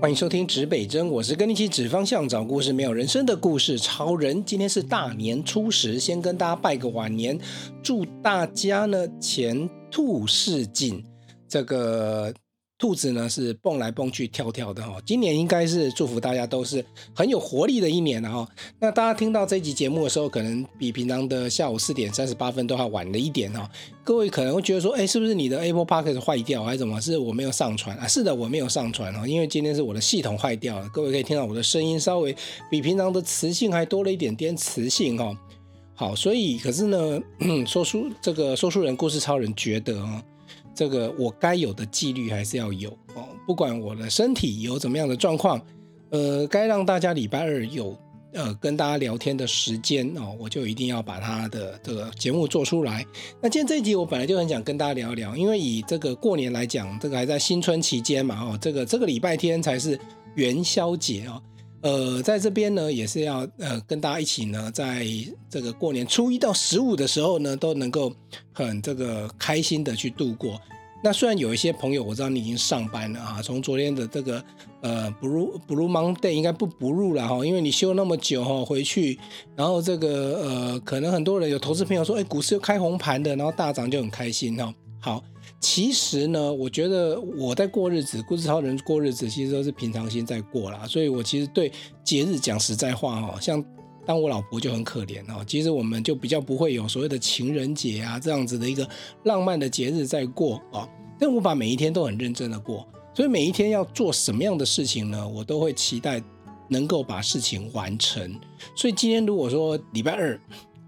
欢迎收听指北针，我是跟你一起指方向找故事没有人生的故事超人。今天是大年初十，先跟大家拜个晚年，祝大家呢前兔似锦。这个兔子呢是蹦来蹦去跳跳的哦，今年应该是祝福大家都是很有活力的一年哦。那大家听到这集节目的时候，可能比平常的下午4点38分都还晚了一点哦。各位可能会觉得说，是不是你的 Apple Podcast 坏掉还是怎么？是我没有上传啊？是的，我没有上传哦，因为今天是我的系统坏掉了。各位可以听到我的声音稍微比平常的磁性还多了一点点磁性哦。好，所以可是呢，说书人故事超人觉得哦。这个我该有的纪律还是要有哦，不管我的身体有怎么样的状况，该让大家礼拜二有跟大家聊天的时间哦，我就一定要把他的这个节目做出来。那今天这一集我本来就很想跟大家聊一聊，因为以这个过年来讲，这个还在新春期间嘛哦，这个礼拜天才是元宵节哦。在这边呢，也是要跟大家一起呢，在这个过年初1到15的时候呢，都能够很这个开心的去度过。那虽然有一些朋友我知道你已经上班了啊，从昨天的这个Blue Monday 应该不入了哈，因为你休那么久哈回去，然后这个可能很多人有投资朋友说，股市又开红盘的，然后大涨就很开心哈。好。其实呢，我觉得我在过日子，故事超人过日子，其实都是平常心在过啦。所以我其实对节日讲实在话哦，像当我老婆就很可怜哦。其实我们就比较不会有所谓的情人节啊这样子的一个浪漫的节日在过哦。但我把每一天都很认真的过，所以每一天要做什么样的事情呢，我都会期待能够把事情完成。所以今天如果说礼拜二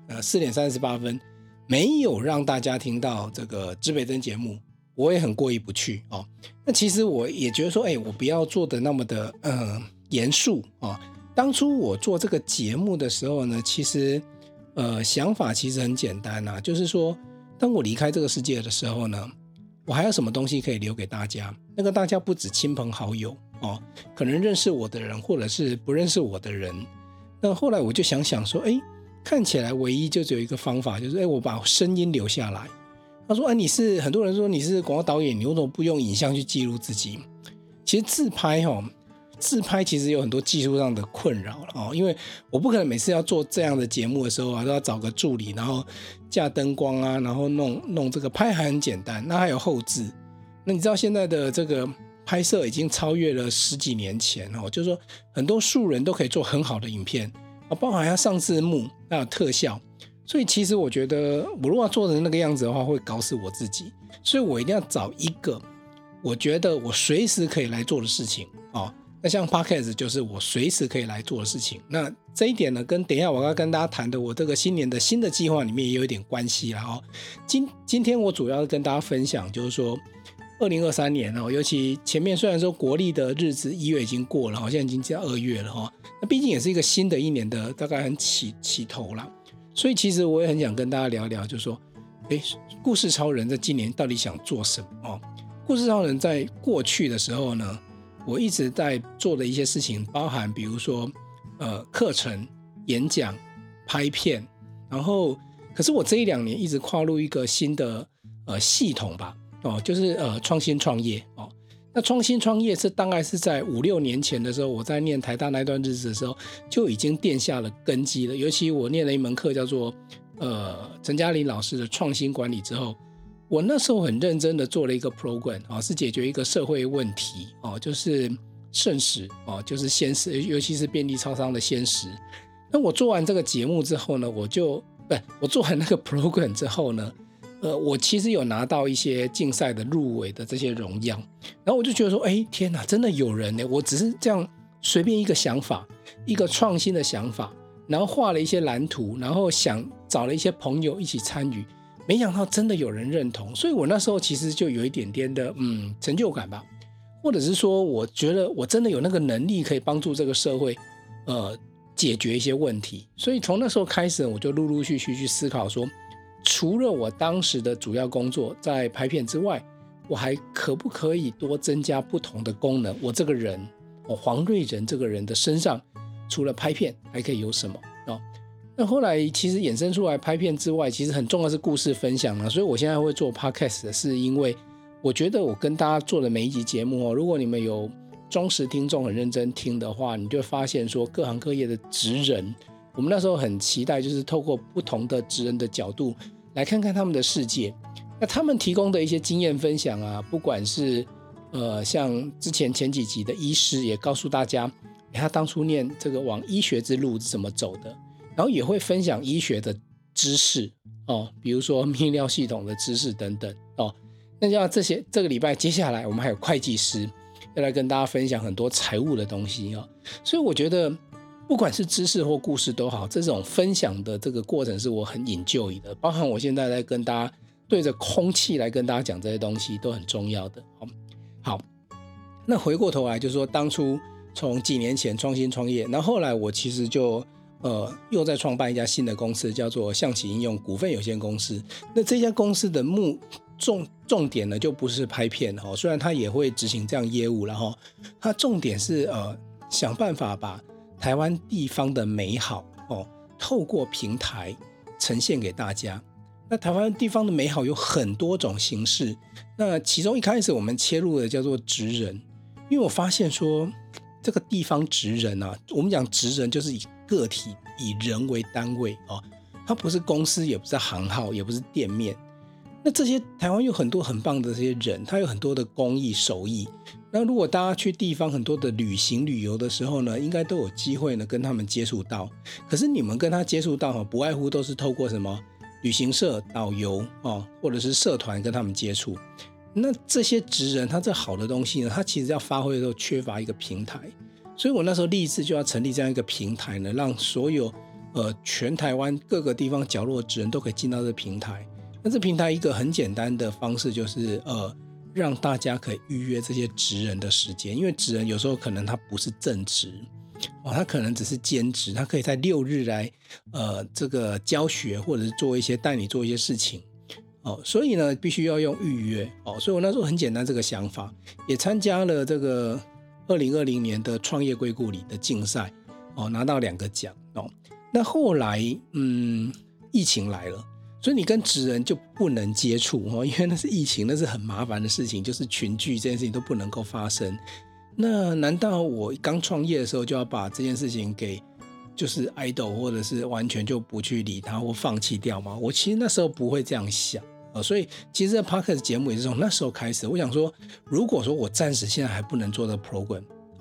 4点38分没有让大家听到这个指北针节目，我也很过意不去哦。那其实我也觉得说，我不要做的那么的严肃哦。当初我做这个节目的时候呢，其实想法其实很简单啊，就是说，当我离开这个世界的时候呢，我还有什么东西可以留给大家？那个大家不止亲朋好友哦，可能认识我的人，或者是不认识我的人。那后来我就想说，看起来唯一就只有一个方法，就是我把声音留下来。他说很多人说你是广告导演，你为什么不用影像去记录自己？其实自拍其实有很多技术上的困扰了因为我不可能每次要做这样的节目的时候都要找个助理，然后架灯光啊，然后弄这个拍还很简单，那还有后制。那你知道现在的这个拍摄已经超越了10几年前就是说很多素人都可以做很好的影片包含要上字幕，还有特效。所以其实我觉得我如果要做成那个样子的话，会搞死我自己。所以我一定要找一个我觉得我随时可以来做的事情那像 Podcast 就是我随时可以来做的事情。那这一点呢，跟等一下我要跟大家谈的我这个新年的新的计划里面也有一点关系啦今天我主要跟大家分享就是说2023年尤其前面虽然说国历的日子1月已经过了，现在已经到2月了那毕竟也是一个新的一年的大概很起头啦。所以其实我也很想跟大家聊一聊，就是说故事超人在今年到底想做什么故事超人在过去的时候呢，我一直在做的一些事情包含比如说课程、演讲、拍片，然后可是我这1-2年一直跨入一个新的系统吧就是创新创业那创新创业是大概是在5-6年前的时候，我在念台大那段日子的时候就已经奠下了根基了。尤其我念了一门课叫做陈嘉玲老师的创新管理之后，我那时候很认真的做了一个 program 是解决一个社会问题就是剩食就是鲜食，尤其是便利超商的鲜食。那我做完这个节目之后呢，我做完那个 program 之后呢，我其实有拿到一些竞赛的入围的这些荣耀，然后我就觉得说天哪，真的有人呢！我只是这样随便一个想法，一个创新的想法，然后画了一些蓝图，然后找了一些朋友一起参与，没想到真的有人认同。所以我那时候其实就有一点点的成就感吧，或者是说我觉得我真的有那个能力可以帮助这个社会解决一些问题。所以从那时候开始，我就陆陆续续去思考说，除了我当时的主要工作在拍片之外，我还可不可以多增加不同的功能？我这个人黄瑞仁这个人的身上除了拍片还可以有什么那后来其实衍生出来拍片之外，其实很重要的是故事分享所以我现在会做 podcast 是因为我觉得我跟大家做的每一集节目如果你们有忠实听众很认真听的话，你就会发现说各行各业的职人，我们那时候很期待，就是透过不同的职人的角度来看看他们的世界。那他们提供的一些经验分享啊，不管是像之前几集的医师也告诉大家，他当初念这个往医学之路是怎么走的，然后也会分享医学的知识比如说泌尿系统的知识等等那像这个礼拜接下来我们还有会计师要来跟大家分享很多财务的东西所以我觉得不管是知识或故事都好，这种分享的这个过程是我很enjoy的，包含我现在在跟大家对着空气来跟大家讲这些东西都很重要的。好，那回过头来就是说，当初从几年前创新创业，然后后来我其实就又在创办一家新的公司，叫做象棋应用股份有限公司。那这家公司的重点呢，就不是拍片虽然它也会执行这样业务，然后它重点是想办法把台湾地方的美好透过平台呈现给大家。那台湾地方的美好有很多种形式，那其中一开始我们切入的叫做职人，因为我发现说这个地方职人我们讲职人就是以个体以人为单位它不是公司，也不是行号，也不是店面。那这些台湾有很多很棒的这些人，他有很多的工艺手艺。那如果大家去地方很多的旅游的时候呢，应该都有机会呢跟他们接触到。可是你们跟他接触到不外乎都是透过什么旅行社、导游或者是社团跟他们接触。那这些职人他这好的东西呢，他其实要发挥的时候缺乏一个平台，所以我那时候立志就要成立这样一个平台呢，让所有全台湾各个地方角落的职人都可以进到这个平台。那这平台一个很简单的方式就是让大家可以预约这些职人的时间，因为职人有时候可能他不是正职他可能只是兼职，他可以在6日来这个教学，或者是带你做一些事情所以呢必须要用预约所以我那时候很简单这个想法，也参加了这个2020年的创业硅谷里的竞赛拿到2个奖那后来疫情来了，所以你跟职人就不能接触因为那是疫情，那是很麻烦的事情，就是群聚这件事情都不能够发生。那难道我刚创业的时候就要把这件事情给就是 idle， 或者是完全就不去理它或放弃掉吗？我其实那时候不会这样想所以其实这 Podcast 节目也是从那时候开始，我想说如果说我暂时现在还不能做的 program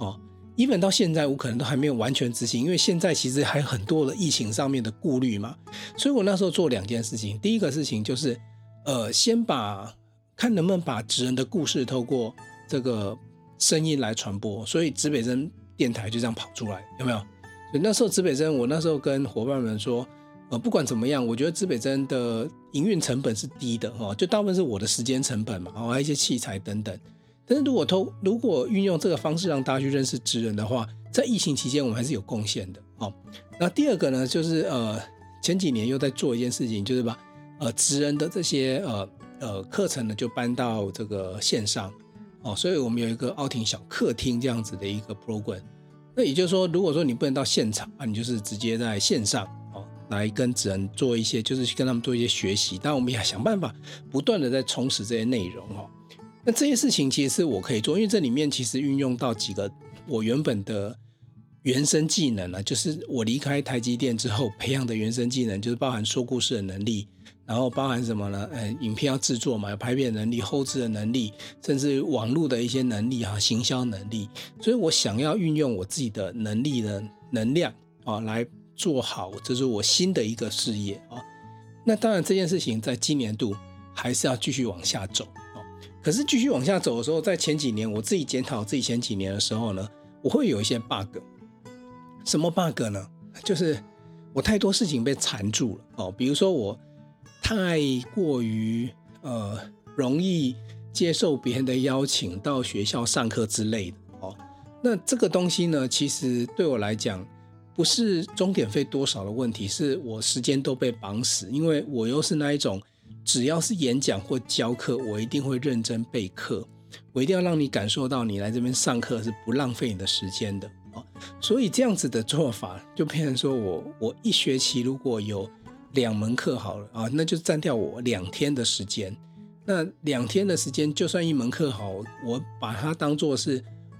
even 到现在我可能都还没有完全执行，因为现在其实还有很多的疫情上面的顾虑嘛，所以我那时候做2件事情。第一个事情就是先看能不能把职人的故事透过这个声音来传播，所以指北针电台就这样跑出来，有没有？所以那时候指北针，我那时候跟伙伴们说不管怎么样，我觉得指北针的营运成本是低的就大部分是我的时间成本嘛还有一些器材等等。但是如果运用这个方式让大家去认识职人的话，在疫情期间我们还是有贡献的那第二个呢，就是前几年又在做一件事情，就是把职人的这些课程呢就搬到这个线上所以我们有一个奥庭小客厅这样子的一个 program。那也就是说，如果说你不能到现场你就是直接在线上来跟职人做一些，就是跟他们做一些学习。当然我们也想办法不断的在充实这些内容那这些事情其实是我可以做，因为这里面其实运用到几个我原本的原生技能就是我离开台积电之后培养的原生技能，就是包含说故事的能力，然后包含什么呢？影片要制作嘛，有拍片能力、后制的能力，甚至网络的一些能力行销能力。所以我想要运用我自己的能力的能量来做好，这是我新的一个事业那当然这件事情在今年度还是要继续往下走可是继续往下走的时候，在前几年我自己检讨自己前几年的时候呢，我会有一些 bug。 什么 bug 呢？就是我太多事情被缠住了比如说我太过于容易接受别人的邀请到学校上课之类的那这个东西呢，其实对我来讲不是钟点费多少的问题，是我时间都被绑死，因为我又是那一种只要是演讲或教课，我一定会认真备课，我一定要让你感受到你来这边上课是不浪费你的时间的所以这样子的做法就变成说我一学期如果有2门课好了那就占掉我2天的时间。那2天的时间就算1门课好，我把它当作是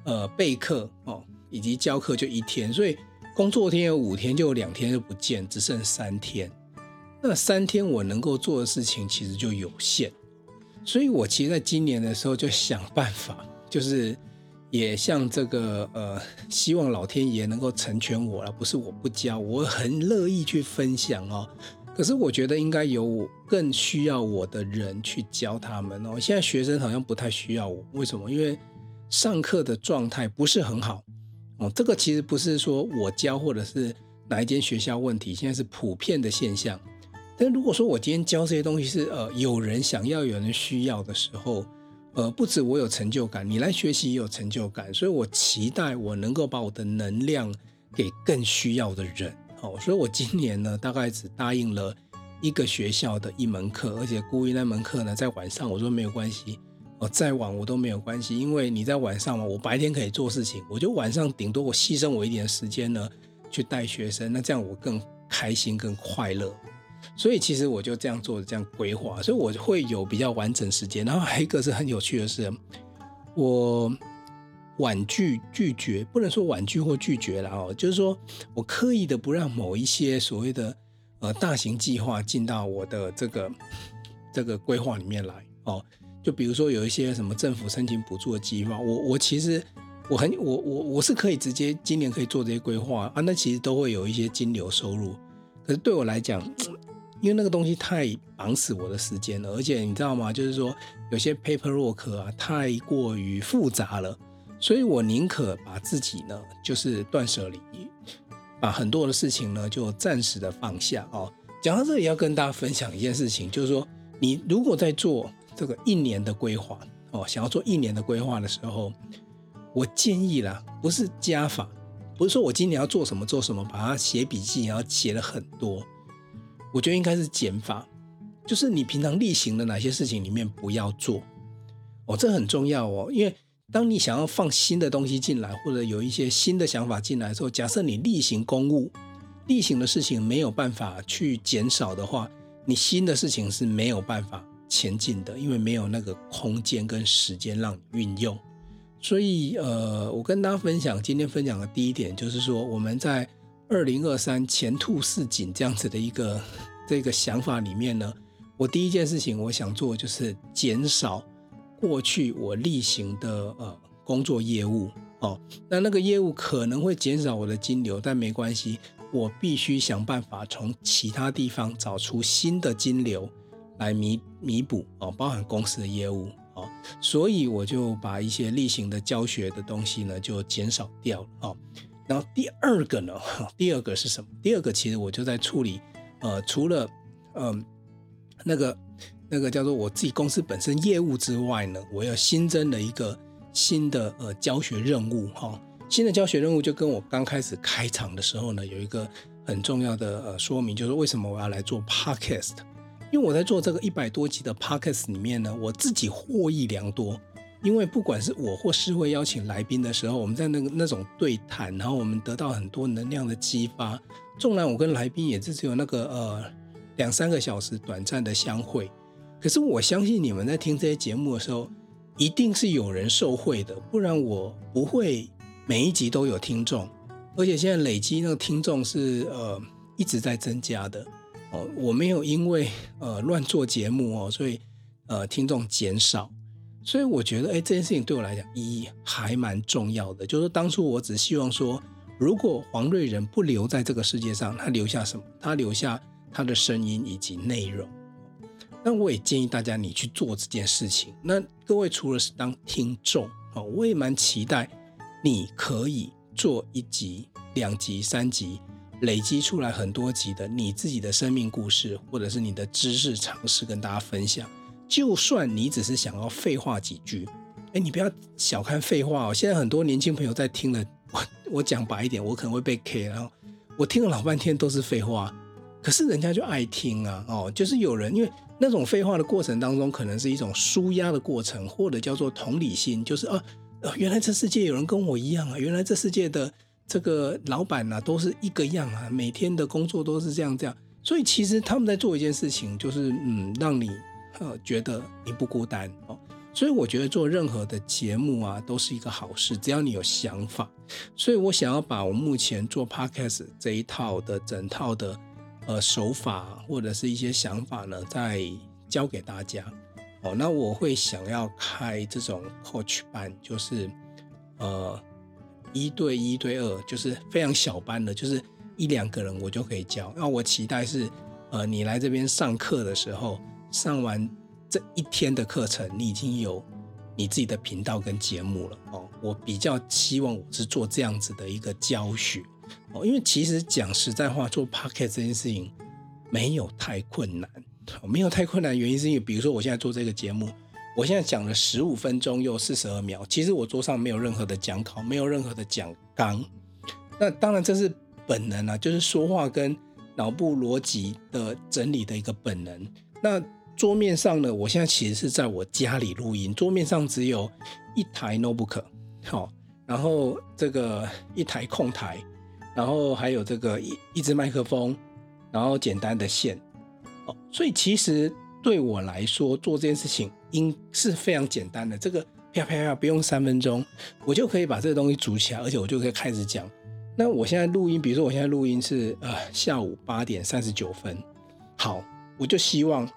备课以及教课就1天，所以工作天有5天，就有2天就不见，只剩3天。那3天我能够做的事情其实就有限，所以我其实在今年的时候就想办法，就是也像这个希望老天爷能够成全我了，不是我不教，我很乐意去分享可是我觉得应该有更需要我的人去教他们现在学生好像不太需要我，为什么？因为上课的状态不是很好这个其实不是说我教或者是哪一间学校问题，现在是普遍的现象。但如果说我今天教这些东西是有人想要有人需要的时候，不止我有成就感，你来学习也有成就感，所以我期待我能够把我的能量给更需要的人所以我今年呢大概只答应了一个学校的1门课，而且故意那门课呢在晚上，我说没有关系再晚我都没有关系，因为你在晚上嘛，我白天可以做事情，我就晚上顶多我牺牲我一点时间呢去带学生，那这样我更开心更快乐。所以其实我就这样做这样规划，所以我会有比较完整时间。然后还有一个是很有趣的是，我拒绝，不能说婉拒或拒绝啦就是说我刻意的不让某一些所谓的大型计划进到我的这个规划里面来就比如说有一些什么政府申请补助的计划，我其实我是可以直接今年可以做这些规划那其实都会有一些金流收入。可是对我来讲，因为那个东西太绑死我的时间了，而且你知道吗？就是说有些 paperwork 太过于复杂了，所以我宁可把自己呢就是断舍离，把很多的事情呢就暂时的放下讲到这里要跟大家分享一件事情，就是说你如果在做这个1年的规划想要做1年的规划的时候，我建议啦，不是加法，不是说我今年要做什么做什么，把它写笔记然后写了很多，我觉得应该是减法，就是你平常例行的哪些事情里面不要做这很重要因为当你想要放新的东西进来，或者有一些新的想法进来的时候，假设你例行公务例行的事情没有办法去减少的话，你新的事情是没有办法前进的，因为没有那个空间跟时间让你运用。所以我跟大家分享今天分享的第一点就是说，我们在2023前兔似锦这样子的这个想法里面呢，我第一件事情我想做的就是减少过去我例行的工作业务那个业务可能会减少我的金流，但没关系，我必须想办法从其他地方找出新的金流来弥补包含公司的业务所以我就把一些例行的教学的东西呢就减少掉了然后第二个是什么？第二个其实我就在处理除了那个叫做我自己公司本身业务之外呢，我要新增了一个新的教学任务新的教学任务就跟我刚开始开场的时候呢有一个很重要的说明，就是为什么我要来做 podcast。因为我在做这个100多集的 podcast 里面呢，我自己获益良多。因为不管是我或是会邀请来宾的时候，我们在那种对谈，然后我们得到很多能量的激发。纵然我跟来宾也只有那个2-3个小时短暂的相会，可是我相信你们在听这些节目的时候，一定是有人受惠的，不然我不会每一集都有听众。而且现在累积那个听众是一直在增加的我没有因为乱做节目所以听众减少。所以我觉得这件事情对我来讲意义还蛮重要的，就是当初我只希望说，如果黄瑞仁不留在这个世界上，他留下什么？他留下他的声音以及内容。那我也建议大家你去做这件事情。那各位除了是当听众我也蛮期待你可以做1集、2集、3集，累积出来很多集的你自己的生命故事，或者是你的知识常识跟大家分享。就算你只是想要废话几句，你不要小看废话现在很多年轻朋友在听了，我讲白一点，我可能会被 K， 然后我听了老半天都是废话，可是人家就爱听就是有人因为那种废话的过程当中，可能是一种抒压的过程，或者叫做同理心，就是原来这世界有人跟我一样原来这世界的这个老板都是一个样每天的工作都是这样，所以其实他们在做一件事情，就是让你觉得你不孤单所以我觉得做任何的节目啊都是一个好事，只要你有想法。所以我想要把我目前做 podcast 这一套的整套的手法或者是一些想法呢再教给大家。那我会想要开这种 coach 班，就是1对1对2，就是非常小班的，就是1-2个人我就可以教。那我期待是你来这边上课的时候，上完这一天的课程，你已经有你自己的频道跟节目了。我比较希望我是做这样子的一个教学。因为其实讲实在话，做 podcast 这件事情没有太困难。没有太困难的原因是因为，比如说我现在做这个节目，我现在讲了15分钟又42秒，其实我桌上没有任何的讲稿，没有任何的讲纲。那当然这是本能啊，就是说话跟脑部逻辑的整理的一个本能。那桌面上呢，我现在其实是在我家里录音，桌面上只有一台 notebook，然后这个一台控台，然后还有这个一支麦克风，然后简单的线。所以其实对我来说做这件事情是非常简单的，这个啪啪啪不用3分钟我就可以把这个东西组起来，而且我就可以开始讲。那我现在录音，比如说我现在录音是下午8点39分，好，我就希望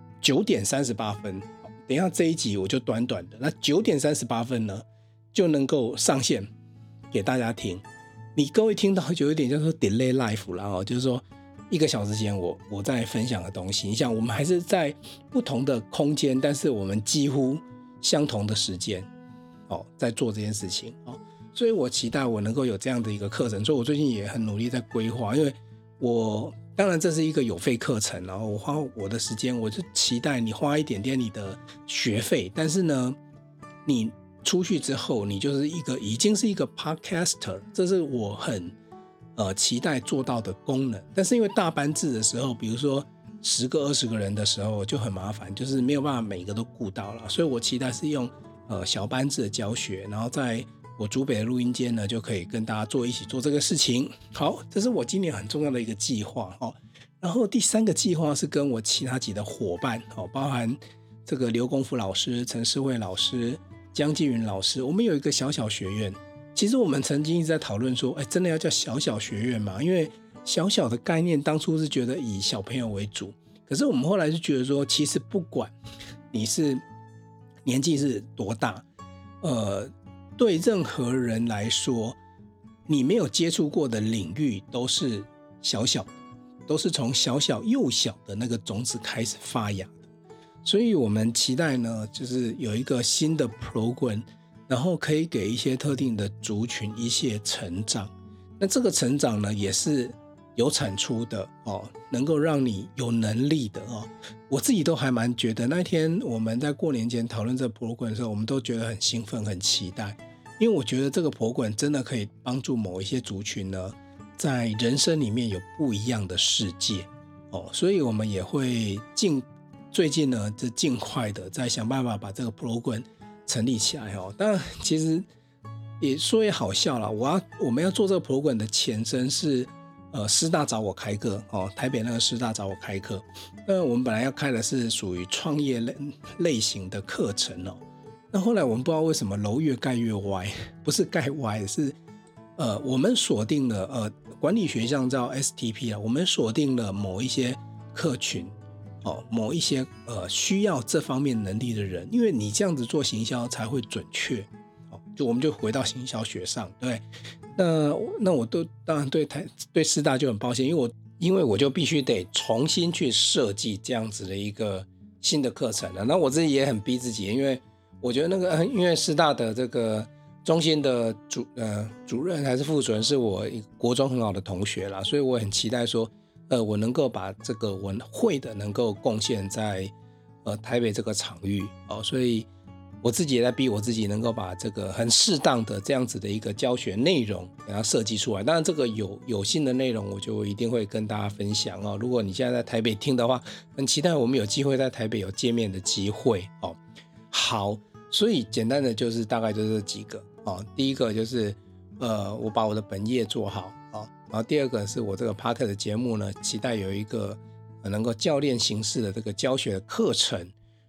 9点38分，等一下这一集我就短短的，那9点38分呢就能够上线给大家听。你各位听到就有点叫做 delay life 啦，就是说1个小时前我在分享的东西，你想我们还是在不同的空间，但是我们几乎相同的时间在做这件事情。所以我期待我能够有这样的一个课程，所以我最近也很努力在规划。因为我当然这是一个有费课程，然后我花我的时间，我就期待你花一点点你的学费，但是呢你出去之后你就是已经是一个 podcaster， 这是我很期待做到的功能。但是因为大班制的时候，比如说10个20个人的时候就很麻烦，就是没有办法每个都顾到了，所以我期待是用小班制的教学，然后在我竹北的录音间呢就可以跟大家一起做这个事情。好，这是我今年很重要的一个计划。然后第3个计划是跟我其他几的伙伴，包含这个刘功夫老师、陈世慧老师、江继云老师，我们有一个小小学院。其实我们曾经一直在讨论说，真的要叫小小学院吗？因为小小的概念当初是觉得以小朋友为主，可是我们后来就觉得说，其实不管你是年纪是多大，对任何人来说，你没有接触过的领域都是小小的，都是从小小幼小的那个种子开始发芽的。所以我们期待呢，就是有一个新的 program，然后可以给一些特定的族群一些成长。那这个成长呢也是有产出的能够让你有能力的我自己都还蛮觉得，那天我们在过年前讨论这个 program 的时候，我们都觉得很兴奋很期待。因为我觉得这个 program 真的可以帮助某一些族群呢在人生里面有不一样的世界所以我们也会最近呢就尽快的再想办法把这个 program成立起来当然其实也说也好笑啦，我们要做这个 program 的前身是师大找我开课台北那个师大找我开课。那我们本来要开的是属于创业类型的课程那后来我们不知道为什么楼越盖越歪，不是盖歪，是我们锁定了管理学上叫 STP 我们锁定了某一些客群某一些需要这方面能力的人，因为你这样子做行销才会准确我们就回到行销学上，对。那我当然对师大就很抱歉，因为我就必须得重新去设计这样子的一个新的课程了。那我自己也很逼自己，因为我觉得因为师大的这个中心的主任还是副主任是我国中很好的同学啦，所以我很期待说我能够把这个我会的能够贡献在台北这个场域所以我自己也在逼我自己能够把这个很适当的这样子的一个教学内容给它设计出来。当然这个有新的内容我就一定会跟大家分享如果你现在在台北听的话，很期待我们有机会在台北有见面的机会好，所以简单的就是大概就是这几个第一个就是我把我的本业做好然后第二个是我这个 Podcast 的节目呢，期待有一个能够教练形式的这个教学的课程。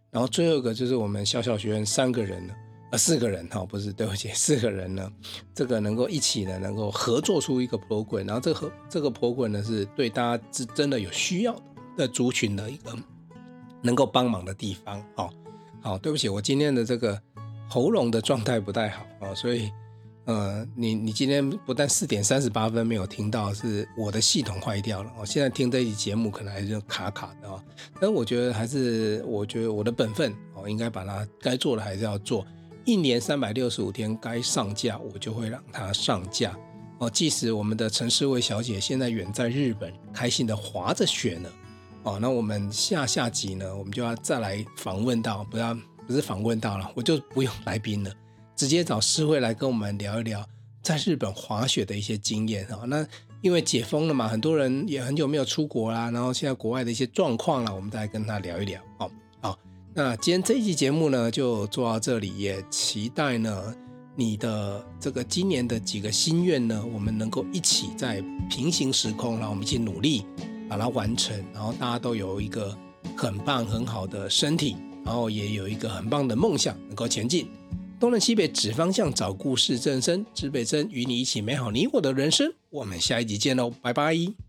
然后最后一个就是我们小学院4个人不是，对不起，4个人呢，这个能够一起呢，能够合作出一个 program， 然后这个 program 呢是对大家是真的有需要的族群的一个能够帮忙的地方。好，对不起，我今天的这个喉咙的状态不太好，所以你今天不但4点38分没有听到，是我的系统坏掉了。现在听这一集节目可能还是卡卡的，但我觉得我的本分，应该把它该做的还是要做。1年365天该上架我就会让它上架。即使我们的陈世慧小姐现在远在日本，开心的滑着雪呢。那我们下集呢，我们就要再来访问到，不是访问到了，我就不用来宾了，直接找世慧来跟我们聊一聊在日本滑雪的一些经验。那因为解封了嘛，很多人也很久没有出国啦，然后现在国外的一些状况啦，我们再来跟他聊一聊。好，那今天这一期节目呢就做到这里，也期待呢你的这个今年的几个心愿呢，我们能够一起在平行时空，让我们一起努力把它完成，然后大家都有一个很棒很好的身体，然后也有一个很棒的梦想能够前进。东南西北指方向，找故事正身，指北针与你一起美好你我的人生。我们下一集见喽，拜拜。